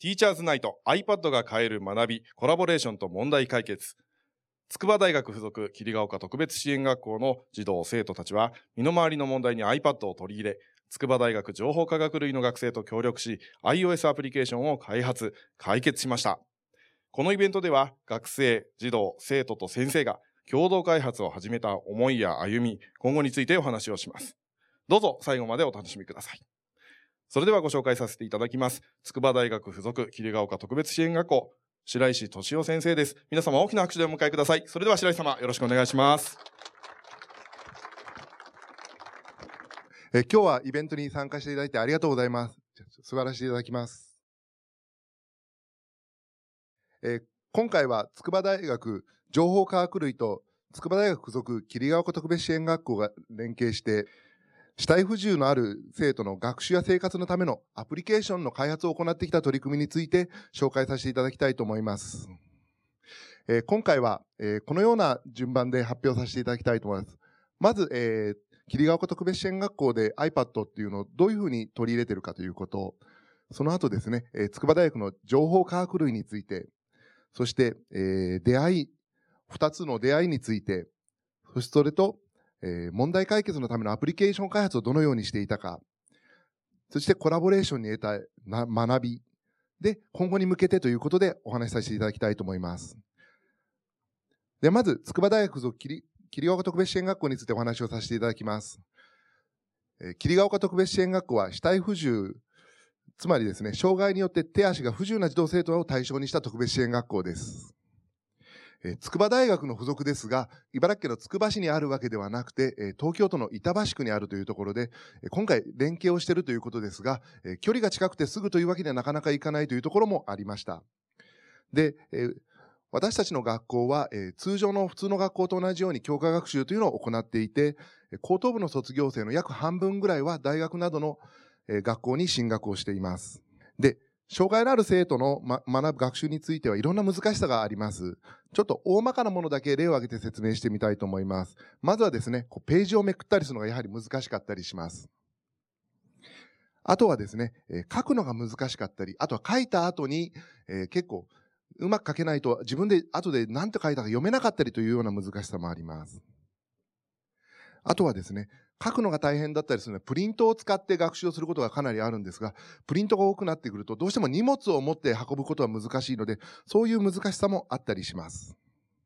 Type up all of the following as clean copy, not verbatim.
ティーチャーズナイト iPad が変える学びコラボレーションと問題解決。筑波大学附属桐ヶ丘特別支援学校の児童生徒たちは身の回りの問題に iPad を取り入れ、筑波大学情報科学類の学生と協力し iOS アプリケーションを開発解決しました。このイベントでは学生、児童、生徒と先生が共同開発を始めた思いや歩み、今後についてお話をします。どうぞ最後までお楽しみください。それではご紹介させていただきます。筑波大学附属桐ヶ丘特別支援学校、白石俊夫先生です。皆様大きな拍手でお迎えください。それでは白石様、よろしくお願いします。 今日はイベントに参加していただいてありがとうございます。座らせていただきます。今回は筑波大学情報科学類と筑波大学附属桐ヶ丘特別支援学校が連携して肢体不自由のある生徒の学習や生活のためのアプリケーションの開発を行ってきた取り組みについて紹介させていただきたいと思います。今回はこのような順番で発表させていただきたいと思います。まず、桐ヶ丘特別支援学校で iPad っていうのをどういうふうに取り入れているかということ、その後ですね、筑波大学の情報科学類について、そして、2つの出会いについて、それと、問題解決のためのアプリケーション開発をどのようにしていたか、そしてコラボレーションに得た学びで今後に向けてということでお話しさせていただきたいと思います。でまず筑波大学附属桐ヶ丘特別支援学校についてお話をさせていただきます。桐ヶ丘特別支援学校は肢体不自由、つまりですね、障害によって手足が不自由な児童生徒を対象にした特別支援学校です。筑波大学の付属ですが、茨城県のつくば市にあるわけではなくて、東京都の板橋区にあるというところで、今回連携をしているということですが、距離が近くてすぐというわけにはなかなかいかないというところもありました。で、私たちの学校は、通常の普通の学校と同じように教科学習というのを行っていて、高等部の卒業生の約半分ぐらいは大学などの、学校に進学をしています。で、障害のある生徒の学ぶ学習についてはいろんな難しさがあります。ちょっと大まかなものだけ例を挙げて説明してみたいと思います。まずはですね、ページをめくったりするのがやはり難しかったりします。あとはですね、書くのが難しかったり、あとは書いた後に、結構うまく書けないと自分で後で何て書いたか読めなかったりというような難しさもあります。あとはですね、書くのが大変だったりするので、プリントを使って学習をすることがかなりあるんですが、プリントが多くなってくると、どうしても荷物を持って運ぶことは難しいので、そういう難しさもあったりします。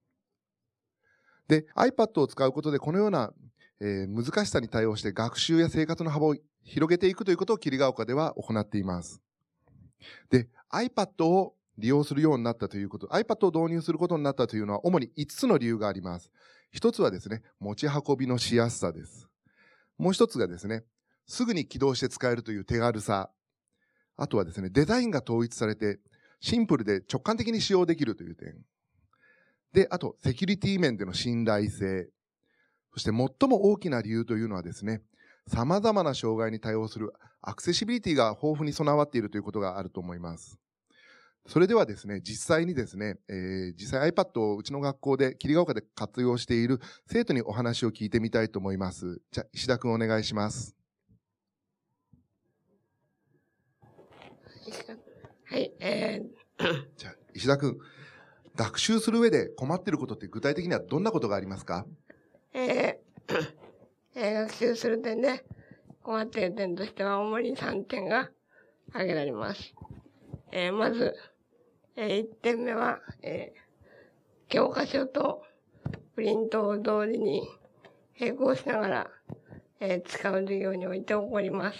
で、iPad を使うことで、このような、難しさに対応して学習や生活の幅を広げていくということを桐ヶ丘では行っています。で、iPad を利用するようになったということ、iPad を導入することになったというのは、主に5つの理由があります。一つはですね、持ち運びのしやすさです。もう一つがですね、すぐに起動して使えるという手軽さ。あとはですね、デザインが統一されて、シンプルで直感的に使用できるという点。で、あと、セキュリティ面での信頼性。そして最も大きな理由というのはですね、様々な障害に対応するアクセシビリティが豊富に備わっているということがあると思います。それではですね、実際にですね、実際 iPad をうちの学校で桐ヶ丘で活用している生徒にお話を聞いてみたいと思います。じゃあ石田君お願いします。 はい、 じゃあ石田君、学習する上で困っていることって具体的にはどんなことがありますか？ 学習する点で困っている点としては主に3点が挙げられます。まず、1点目は、教科書とプリントを同時に並行しながら、使う授業において起こります。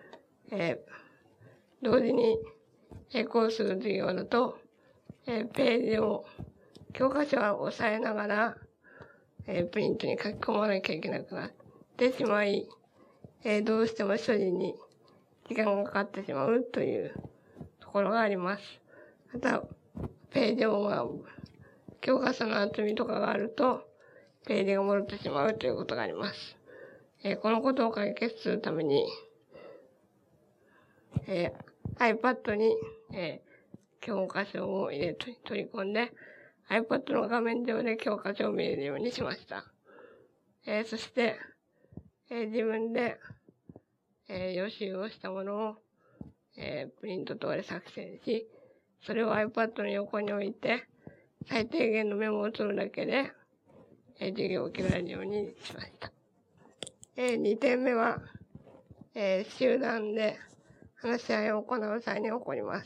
同時に並行する授業だと、ページを教科書は押さえながら、プリントに書き込まなきゃいけなくなってしまい、どうしても処理に時間がかかってしまうというところがあります。また、ページを教科書の厚みとかがあると、ページが戻ってしまうということがあります。このことを解決するために、iPad に、教科書を取り込んで、iPad の画面上で教科書を見れるようにしました。そして、自分で、予習をしたものを、プリント等で作成し、 それを iPad の横に置いて、最低限のメモを取るだけで、授業を受けられるようにしました。2点目は、集団で話し合いを行う際に起こります。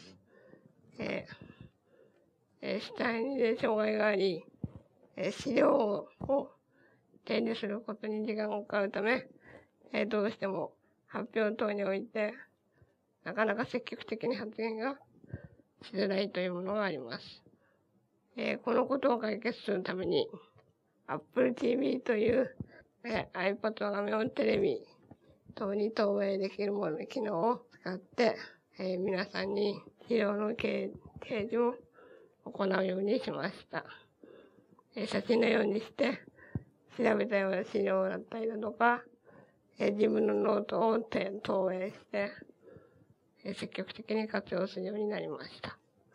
主体に障害があり、資料を提示することに時間がかかるため、どうしても発表等において、なかなか積極的に発言がしづらいというものがあります。このことを解決するために、Apple TV という、iPad の画面をテレビ等に投影できるものの機能を使って、皆さんに資料の提示を行うようにしました。写真のようにして調べたような資料だったりだとか、自分のノートを投影して、積極的に活用するようになりました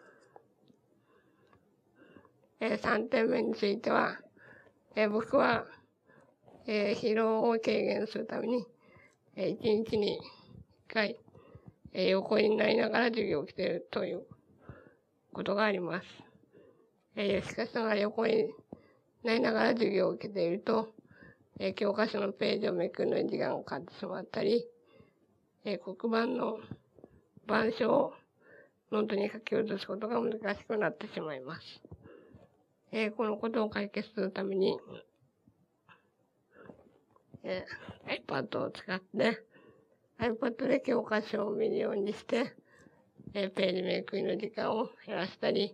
。3点目については、僕は、疲労を軽減するために、1日に1回、横になりながら授業をしているということがあります。しかしながら横になりながら授業を受けていると、教科書のページをめくるのに時間がかかってしまったり、黒板の板書をノートに書き写すことが難しくなってしまいます。このことを解決するために、iPad を使って、iPad で教科書を見るようにして、ページめくりの時間を減らしたり、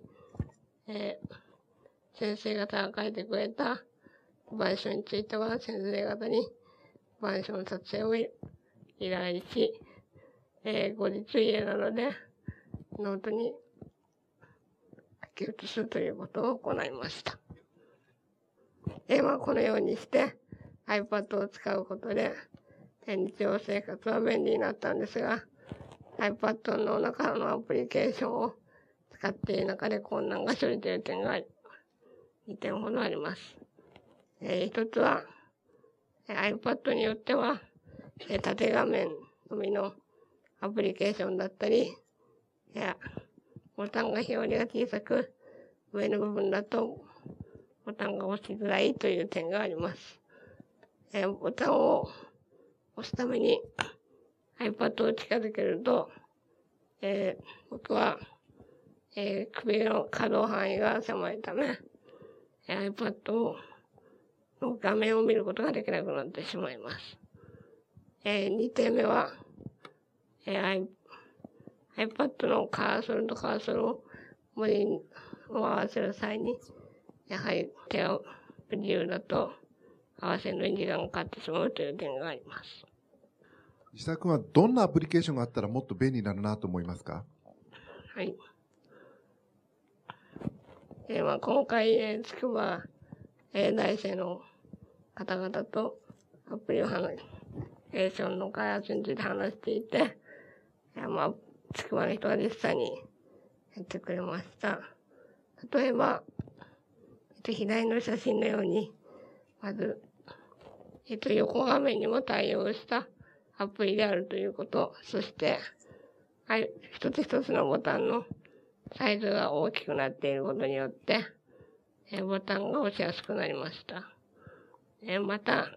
先生方が書いてくれた板書については先生方に板書の撮影を依頼し、後日家なのでノートに書き写すということを行いました。このようにして iPad を使うことで日常生活は便利になったんですが、iPad の中のアプリケーションを使っている中で困難が生じている点が2点ほどあります。一つは iPad によっては縦画面のみのアプリケーションだったり、ボタンが表示が小さく、上の部分だとボタンが押しづらいという点があります。ボタンを押すために iPad を近づけると、僕は、首の可動範囲が狭いため、iPad の画面を見ることができなくなってしまいます。2点目は、iPad のカーソルとカーソルを文字を合わせる際に、やはり手を不自由だと合わせるのに時間がかかってしまうという点があります。 石田君はどんなアプリケーションがあったらもっと便利になるなと思いますか？ はい。今回、筑波大生の方々とアプリケーションの開発について話していて、筑波の人が実際にやってくれました。例えば、左の写真のように、まず、横画面にも対応したアプリであるということ、そして、一つ一つのボタンのサイズが大きくなっていることによって、ボタンが押しやすくなりました。また、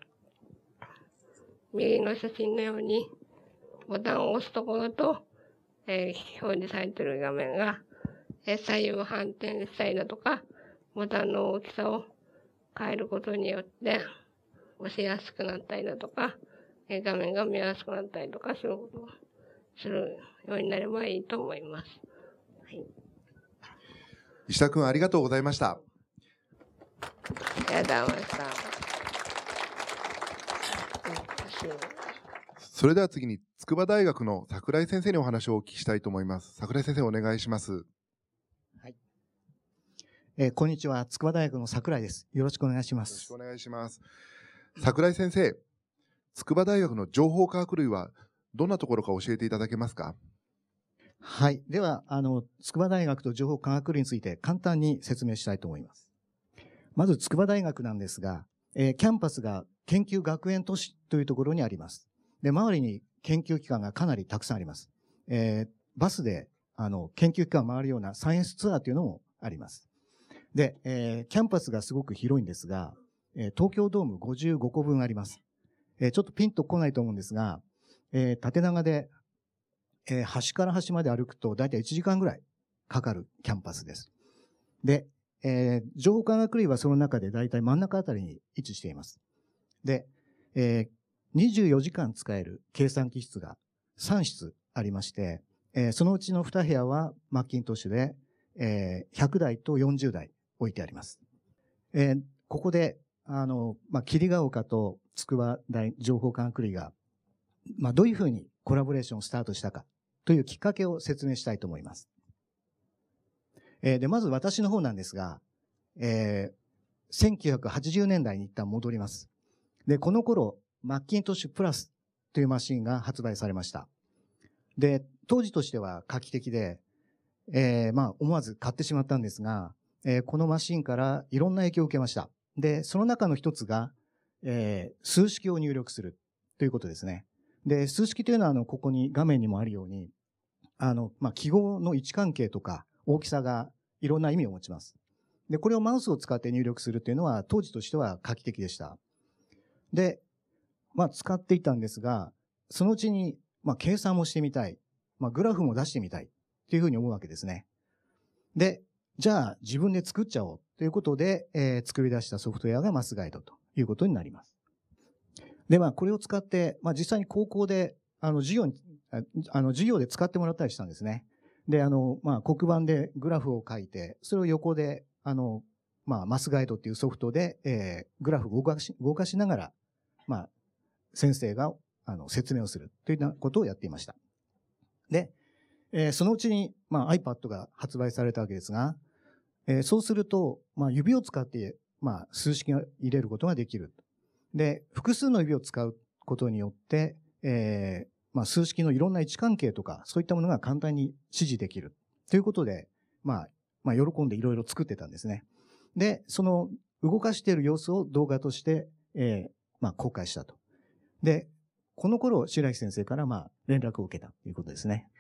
右の写真のように、ボタンを押すところと、表示されている画面が、左右反転したりだとか、ボタンの大きさを変えることによって、押しやすくなったりだとか、画面が見やすくなったりとかすることをするようになればいいと思います。はい、 石田君、ありがとうございました。 ありがとうございました。 それでは次に筑波大学の櫻井先生にお話をお聞きしたいと思います。櫻井先生、お願いします。 はい。こんにちは。筑波大学の櫻井です。よろしくお願いします。 よろしくお願いします。櫻井先生、筑波大学の情報科学類はどんなところか教えていただけますか？ はい。では、筑波大学と情報科学類について簡単に説明したいと思います。まず、筑波大学なんですが、キャンパスが研究学園都市というところにあります。で、周りに研究機関がかなりたくさんあります。バスで研究機関を回るようなサイエンスツアーというのもあります。で、キャンパスがすごく広いんですが、東京ドーム55個分あります。ちょっとピンとこないと思うんですが、縦長で、端から端まで歩くとだいたい1時間ぐらいかかるキャンパスです。で、情報科学類はその中でだいたい真ん中あたりに位置しています。で、24時間使える計算機室が3室ありまして、そのうちの2部屋はマッキントッシュで、100台と40台置いてあります。ここで、桐ヶ丘と筑波大情報科学類が、どういうふうにコラボレーションをスタートしたかというきっかけを説明したいと思います。で、まず私の方なんですが、1980年代に一旦戻ります。で、この頃、マッキントッシュプラスというマシンが発売されました。で、当時としては画期的で、思わず買ってしまったんですが、このマシンからいろんな影響を受けました。で、その中の一つが、数式を入力するということですね。で、数式というのは、ここに画面にもあるように、記号の位置関係とか大きさがいろんな意味を持ちます。で、これをマウスを使って入力するというのは、当時としては画期的でした。で、使っていたんですが、そのうちに、計算もしてみたい。グラフも出してみたい。っていうふうに思うわけですね。で、じゃあ自分で作っちゃおうということで、作り出したソフトウェアがマスガイドということになります。で、これを使って、実際に高校で、授業で使ってもらったりしたんですね。で、黒板でグラフを書いて、それを横で、マスガイドっていうソフトで、グラフを動かしながら、先生が、説明をするというようなことをやっていました。で、そのうちに、iPad が発売されたわけですが、そうすると、指を使って、数式を入れることができる。で、複数の指を使うことによって、数式のいろんな位置関係とか、そういったものが簡単に指示できる。ということで、喜んでいろいろ作ってたんですね。で、その動かしている様子を動画として、公開したと。で、この頃、白木先生から連絡を受けたということですね。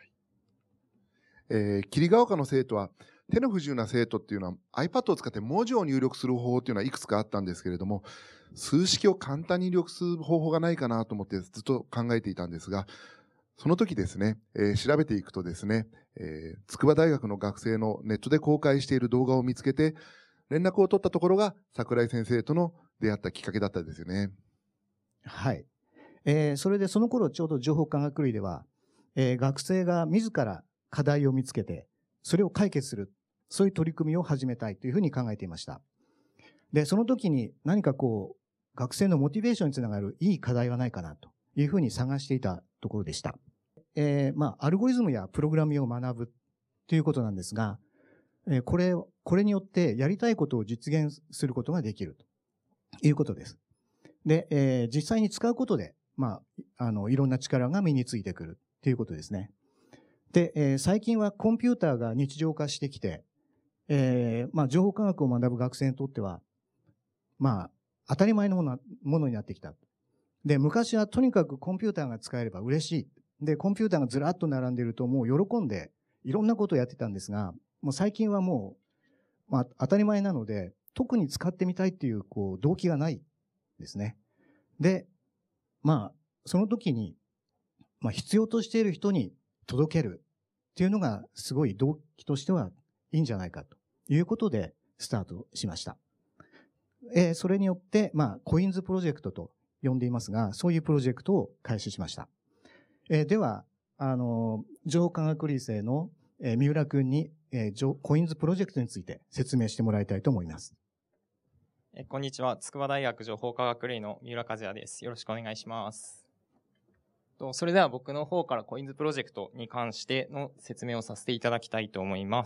桐ヶ丘の生徒は、手の不自由な生徒っていうのは iPad を使って文字を入力する方法っていうのはいくつかあったんですけれども、数式を簡単に入力する方法がないかなと思ってずっと考えていたんですが、その時ですね、調べていくとですね、筑波大学の学生のネットで公開している動画を見つけて、連絡を取ったところが櫻井先生との出会ったきっかけだったんですよね。 はい。それでその頃ちょうど情報科学類では、学生が自ら課題を見つけて、それを解決する、そういう取り組みを始めたいというふうに考えていました。で、その時に何か学生のモチベーションにつながるいい課題はないかなというふうに探していたところでした。アルゴリズムやプログラミングを学ぶということなんですが、これによってやりたいことを実現することができるということです。で、実際に使うことで、いろんな力が身についてくるということですね。で、最近はコンピューターが日常化してきて、情報科学を学ぶ学生にとっては、当たり前のものになってきた。で、昔はとにかくコンピューターが使えれば嬉しい。で、コンピューターがずらっと並んでいるともう喜んでいろんなことをやってたんですが、もう最近はもう、当たり前なので、特に使ってみたいっていう、動機がないですね。で、その時に、必要としている人に届けるっていうのがすごい動機としてはいいんじゃないかということでスタートしました。それによって、コインズプロジェクトと呼んでいますが、そういうプロジェクトを開始しました。では、情報科学類生の三浦君に、コインズプロジェクトについて説明してもらいたいと思います。 こんにちは。筑波大学情報科学類の三浦和也です。よろしくお願いします。それでは僕の方からコインズプロジェクトに関しての説明をさせていただきたいと思います。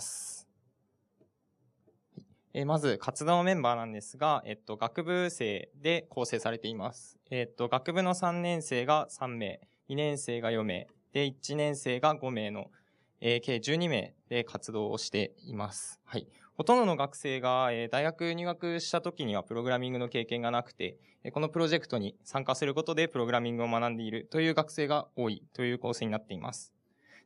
まず活動メンバーなんですが、学部生で構成されています。学部の3年生が3名、2年生が4名、で1年生が5名の、計12名で活動をしています。はい。ほとんどの学生が大学入学した時にはプログラミングの経験がなくて、このプロジェクトに参加することでプログラミングを学んでいるという学生が多いという構成になっています。で、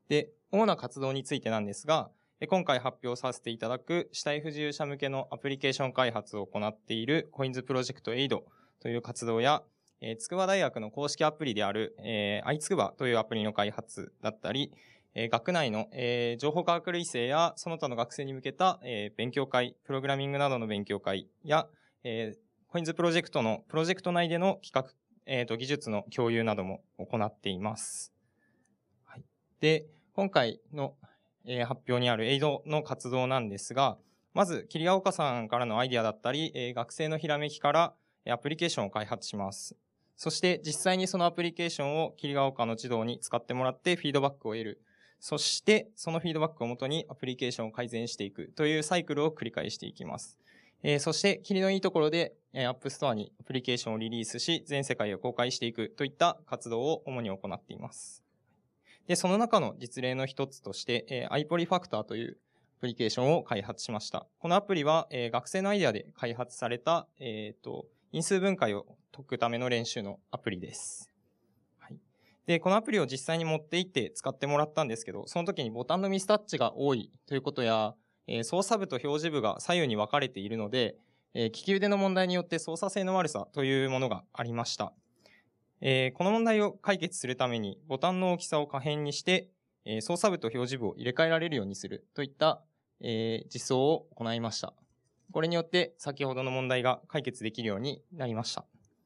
主な活動についてなんですが、今回発表させていただく肢体不自由者向けのアプリケーション開発を行っているコインズプロジェクトエイドという活動や、筑波大学の公式アプリである、iTsukuba というアプリの開発だったり、学内の、情報科学類生やその他の学生に向けた、勉強会、プログラミングなどの勉強会や、コインズプロジェクトのプロジェクト内での企画、技術の共有なども行っています。はい、で、今回の、発表にあるエイドの活動なんですが、まず桐ヶ丘さんからのアイディアだったり、学生のひらめきからアプリケーションを開発します。そして実際にそのアプリケーションを桐ヶ丘の児童に使ってもらってフィードバックを得る。そしてそのフィードバックをもとにアプリケーションを改善していくというサイクルを繰り返していきます。そして霧のいいところでアップストアにアプリケーションをリリースし全世界を公開していくといった活動を主に行っています。で、その中の実例の一つとして、iPolyFactor というアプリケーションを開発しました。このアプリは、学生のアイデアで開発された、因数分解を解くための練習のアプリです。はい。で、このアプリを実際に持って行って使ってもらったんですけど、その時にボタンのミスタッチが多いということや、操作部と表示部が左右に分かれているので、利き腕の問題によって操作性の悪さというものがありました。この問題を解決するためにボタンの大きさを可変にして、操作部と表示部を入れ替えられるようにするといった、実装を行いました。これによって先ほどの問題が解決できるようになりました。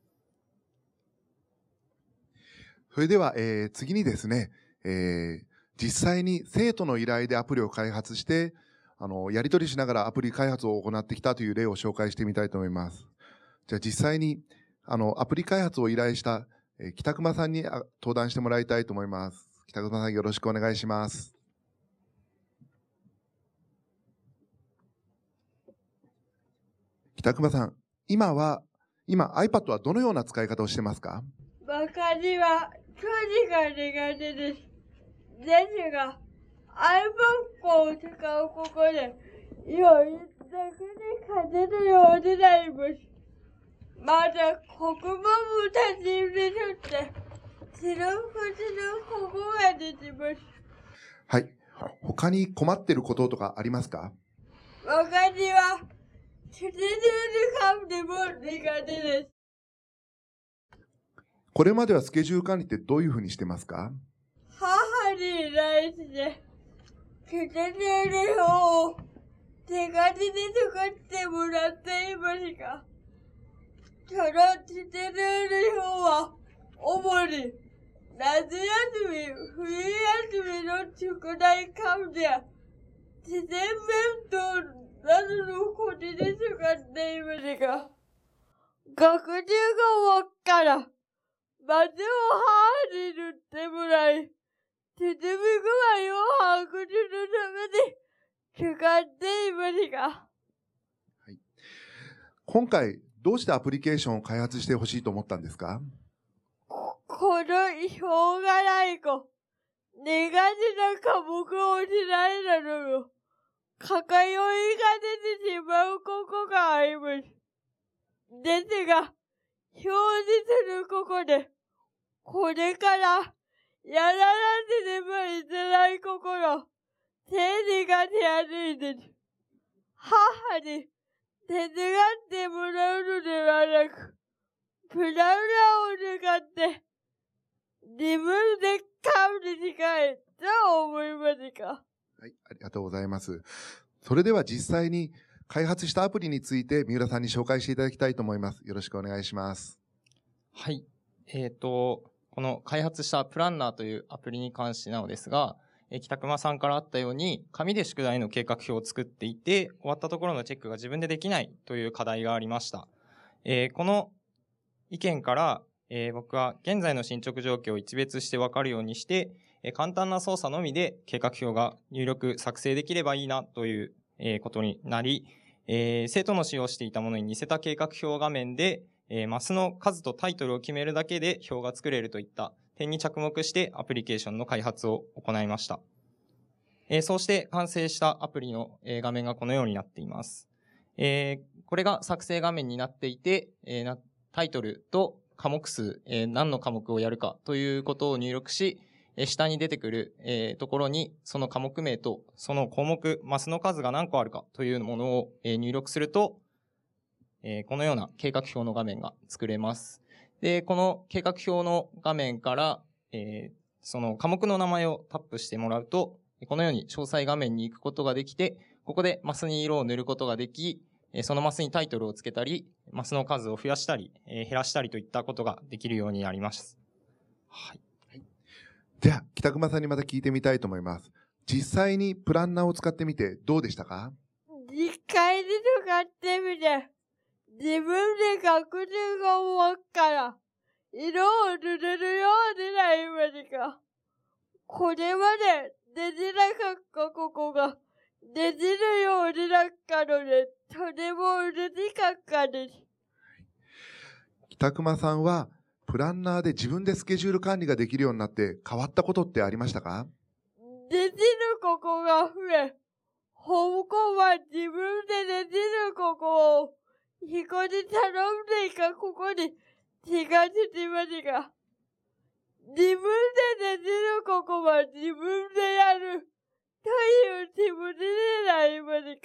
それでは、次にですね、実際に生徒の依頼でアプリを開発して、やり取りしながらアプリ開発を行ってきたという例を紹介してみたいと思います。じゃあ実際にアプリ開発を依頼した北熊さんに登壇してもらいたいと思います。北熊さんよろしくお願いします。北熊さん、今 iPad はどのような使い方をしてますか？ わかりは距離が苦手です。ですが、iPad を使うことで、より楽に勝てるようになります。また、国語も立ち入りとって、記録することができます。 はい。他に困っていることとかありますか？ わかりは、スケジュール管理も苦手です。 これまではスケジュール管理ってどういうふうにしてますか？ 母に依頼して、スケジュール表を手書きで作ってもらっていますが、そのスケジュール表は、主に、夏休み、冬休みの宿題管理や、自然弁当などのことで使っていますが、学習が終わったら、まずは母に塗ってもらい、包み具合を把握するために使っていますが。 はい。今回、どうしてアプリケーションを開発してほしいと思ったんですか？ この表がない子、苦手な科目をしないなどの、偏りが出てしまうことがあります。ですが、表示することで、これからやらなければいけないことの整理がしやすいです。母に手伝ってもらうのではなく、プランナーを使って自分で管理したいと思いますか？ はい、ありがとうございます。それでは実際に開発したアプリについて三浦さんに紹介していただきたいと思います。よろしくお願いします。 はい。この開発したプランナーというアプリに関してなのですが、北熊さんからあったように、紙で宿題の計画表を作っていて、終わったところのチェックが自分でできないという課題がありました。この意見から、僕は現在の進捗状況を一別して分かるようにして、簡単な操作のみで計画表が入力作成できればいいなという、ことになり、生徒の使用していたものに似せた計画表画面で、マスの数とタイトルを決めるだけで表が作れるといった点に着目してアプリケーションの開発を行いました。そうして完成したアプリの画面がこのようになっています。これが作成画面になっていて、タイトルと科目数、何の科目をやるかということを入力し、 下に出てくる、ところに、その科目名と、その項目、マスの数が何個あるかというものを、入力すると、このような計画表の画面が作れます。で、この計画表の画面から、その科目の名前をタップしてもらうと、このように詳細画面に行くことができて、ここでマスに色を塗ることができ、そのマスにタイトルをつけたり、マスの数を増やしたり、減らしたりといったことができるようになります。はい。 では、北熊さんにまた聞いてみたいと思います。実際にプランナーを使ってみてどうでしたか？ 実際に使ってみて、自分で学習が終わったら、色を塗れるようになりました。これまでできなかったことができるようになったので、とても嬉しかったです。 北熊さんはプランナーで自分でスケジュール管理ができるようになって変わったことってありましたか？ できることが増え、本校は自分でできることを人に頼んでいたことに気がつきました。自分でできることは自分でやるという気持ちになりました。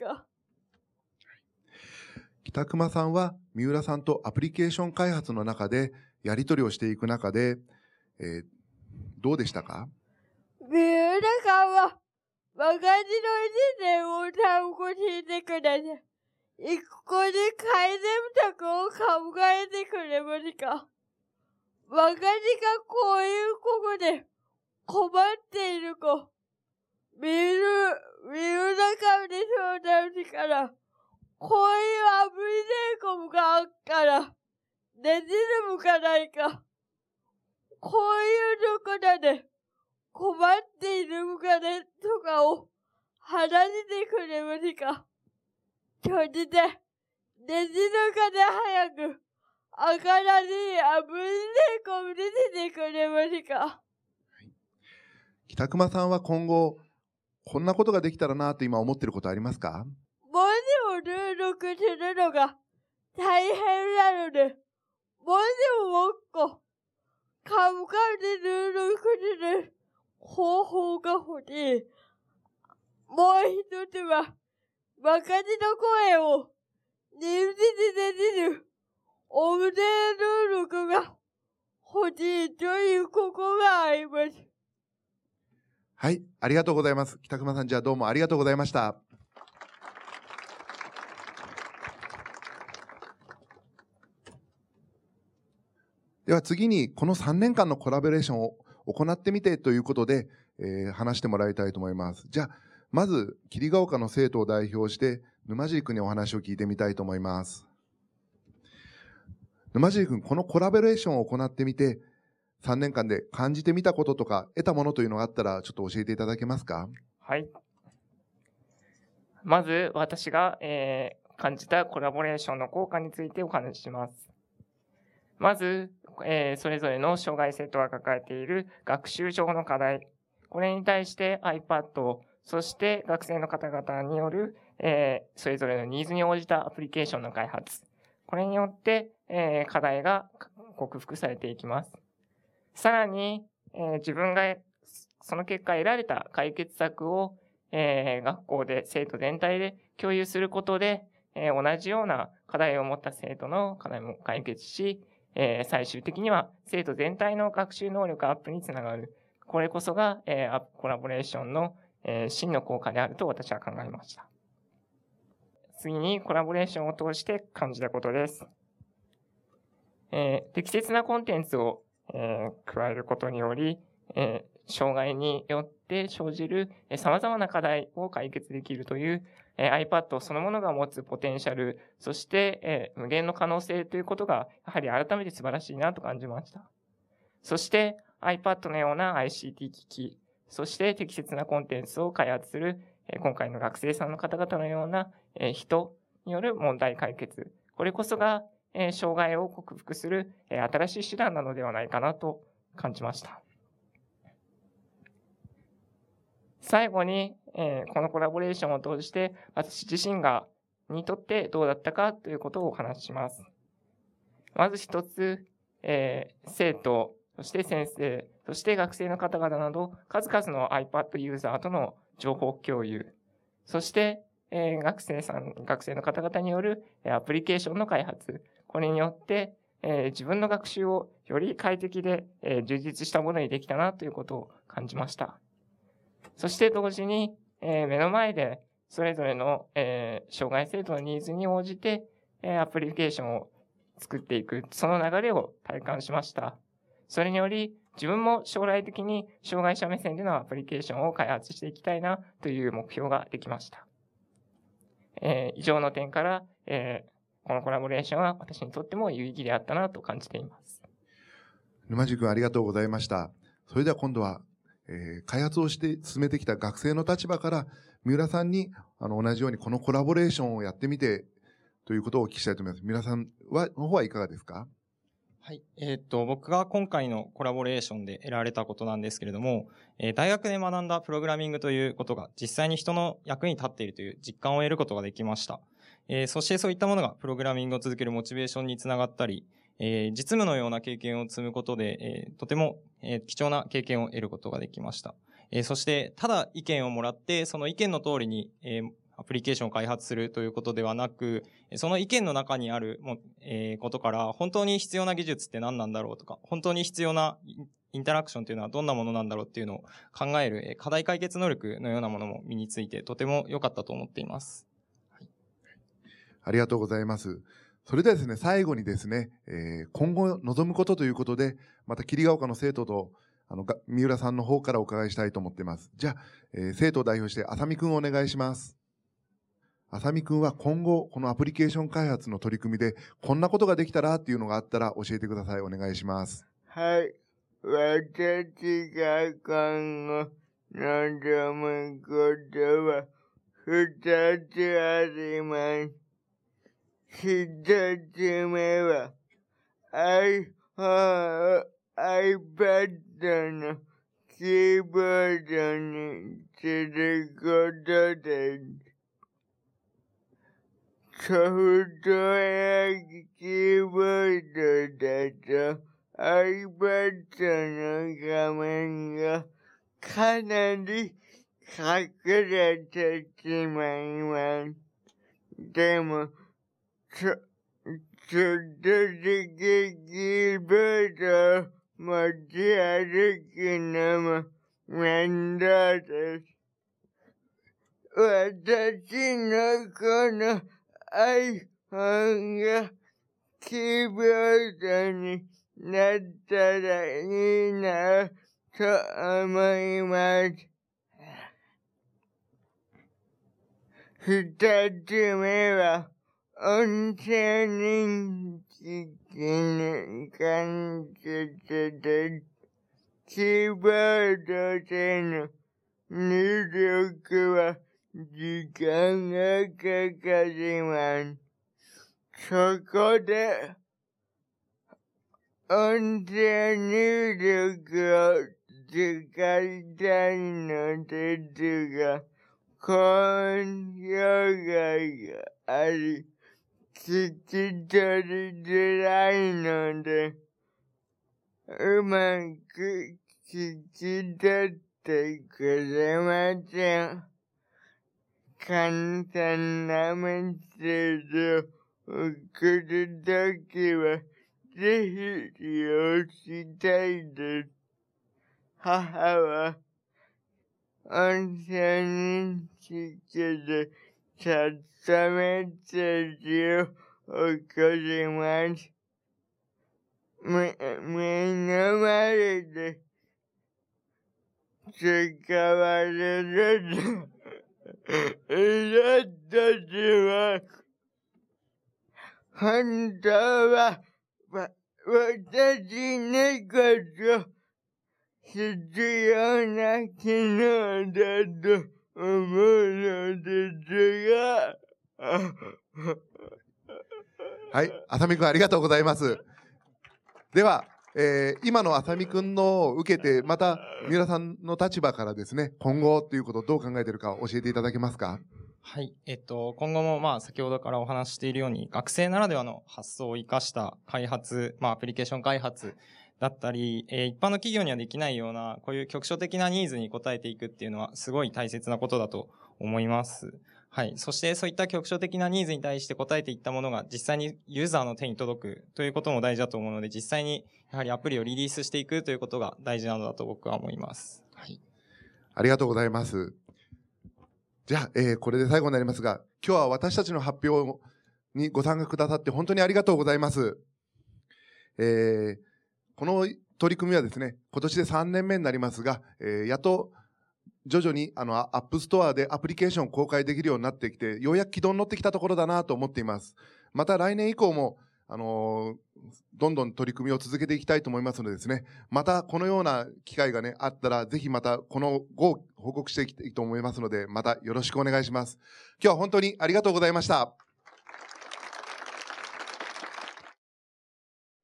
北熊さんは三浦さんとアプリケーション開発の中でやり取りをしていく中で、どうでしたか？ 三浦さんは私の意見をちゃんと聞いてくれて、一個に改善策を考えてくれました。私がこういうことで困っている子、三浦さんに相談しから、こういうアプリテーコムがあったら、できるもかないか。こういうところで困っているもかねとかを話してくれました。それで、できるかで早く、新しいアプリテーコムにしてくれました。 北熊さんは今後、こんなことができたらなと今思っていることありますか？ 文字を入力するのが大変なので、文字をもっと簡単に入力する方法が欲しい。もう一つは、私の声を認識できる音声入力が欲しいということがあります。 はい、ありがとうございます。北熊さん、じゃあどうもありがとうございました。では次に、この3年間のコラボレーションを行ってみてということで、話してもらいたいと思います。じゃあ、まず、桐ヶ丘の生徒を代表して、沼尻君にお話を聞いてみたいと思います。沼尻君、このコラボレーションを行ってみて、3年間で感じてみたこととか、得たものというのがあったら、ちょっと教えていただけますか？ はい。まず、私が、感じたコラボレーションの効果についてお話しします。まず、それぞれの障害生徒が抱えている学習上の課題。これに対して iPad、そして学生の方々による、それぞれのニーズに応じたアプリケーションの開発。これによって、課題が克服されていきます。さらに、自分がその結果得られた解決策を、学校で生徒全体で共有することで、同じような課題を持った生徒の課題も解決し、最終的には生徒全体の学習能力アップにつながる。これこそが、コラボレーションの、真の効果であると私は考えました。次にコラボレーションを通して感じたことです。適切なコンテンツを、加えることにより、障害によって生じる様々な課題を解決できるという、iPad そのものが持つポテンシャル、そして、無限の可能性ということが、やはり改めて素晴らしいなと感じました。そして iPad のような ICT 機器、そして適切なコンテンツを開発する、今回の学生さんの方々のような、人による問題解決。これこそが、障害を克服する、新しい手段なのではないかなと感じました。最後に、このコラボレーションを通して私自身にとってどうだったかということをお話しします。まず一つ、生徒そして先生、そして学生の方々など、数々の iPad ユーザーとの情報共有、そして、学生の方々によるアプリケーションの開発、これによって、自分の学習をより快適で、充実したものにできたなということを感じました。そして同時に、目の前でそれぞれの、障害生徒のニーズに応じて、アプリケーションを作っていく、その流れを体感しました。それにより、自分も将来的に障害者目線でのアプリケーションを開発していきたいなという目標ができました。以上の点から、このコラボレーションは私にとっても有意義であったなと感じています。 沼地君ありがとうございました。それでは今度は、開発をして進めてきた学生の立場から三浦さんに同じようにこのコラボレーションをやってみてということをお聞きしたいと思います。三浦さんの方はいかがですか？ はい。僕が今回のコラボレーションで得られたことなんですけれども、大学で学んだプログラミングということが実際に人の役に立っているという実感を得ることができました。そしてそういったものがプログラミングを続けるモチベーションにつながったり、実務のような経験を積むことで、とても、貴重な経験を得ることができました。そして、ただ意見をもらって、その意見の通りに、アプリケーションを開発するということではなく、その意見の中にあることから、本当に必要な技術って何なんだろうとか、本当に必要なインタラクションというのはどんなものなんだろうっていうのを考える課題解決能力のようなものも身について、とても良かったと思っています。はい、 ありがとうございます。それではですね、最後にですね、今後望むことということで、また桐ヶ丘の生徒と三浦さんの方からお伺いしたいと思っています。じゃあ、生徒を代表して浅見くんお願いします。浅見くんは今後、このアプリケーション開発の取り組みで、こんなことができたらっていうのがあったら教えてください。お願いします。 はい。私が今後望むことは2つあります。一つ目は iPad のキーボードにすることです。ソフトウェアキーボードだと iPad の画面がかなり隠れてしまいます。でもちょっとだけキーボードを持ち歩くのも面倒です。私のこの iPhone がキーボードになったらいいなと思います。二つ目は音声認識に関してです。キーボードでの入力は時間がかかります。そこで音声入力を使いたいのですが、高音障害があり、聞き取りづらいので、うまく聞き取ってくれません。簡単なメッセージを送るときは、ぜひ利用したいです。母は、音声認識でチャットメッセージを送ります。目の前で使われるとイラッとします。本当は私にこそ必要な機能だと思うのですがはい、浅見くんありがとうございます。では、今の浅見くんのを受けて、また三浦さんの立場からですね、今後ということをどう考えているか教えていただけますか？ はい。今後も先ほどからお話しているように、学生ならではの発想を生かした開発、アプリケーション開発だったり、一般の企業にはできないような、こういう局所的なニーズに応えていくっていうのは、すごい大切なことだと思います。はい。そしてそういった局所的なニーズに対して応えていったものが実際にユーザーの手に届くということも大事だと思うので、実際にやはりアプリをリリースしていくということが大事なのだと僕は思います。はい。 ありがとうございます。じゃあ、これで最後になりますが、今日は私たちの発表にご参加くださって本当にありがとうございます。この取り組みはですね、今年で3年目になりますが、やっと徐々にアップストアでアプリケーションを公開できるようになってきて、ようやく軌道に乗ってきたところだなと思っています。また来年以降も、どんどん取り組みを続けていきたいと思いますのでですね、またこのような機会がね、あったら、ぜひまたこの後を報告していきたいと思いますので、またよろしくお願いします。今日は本当にありがとうございました。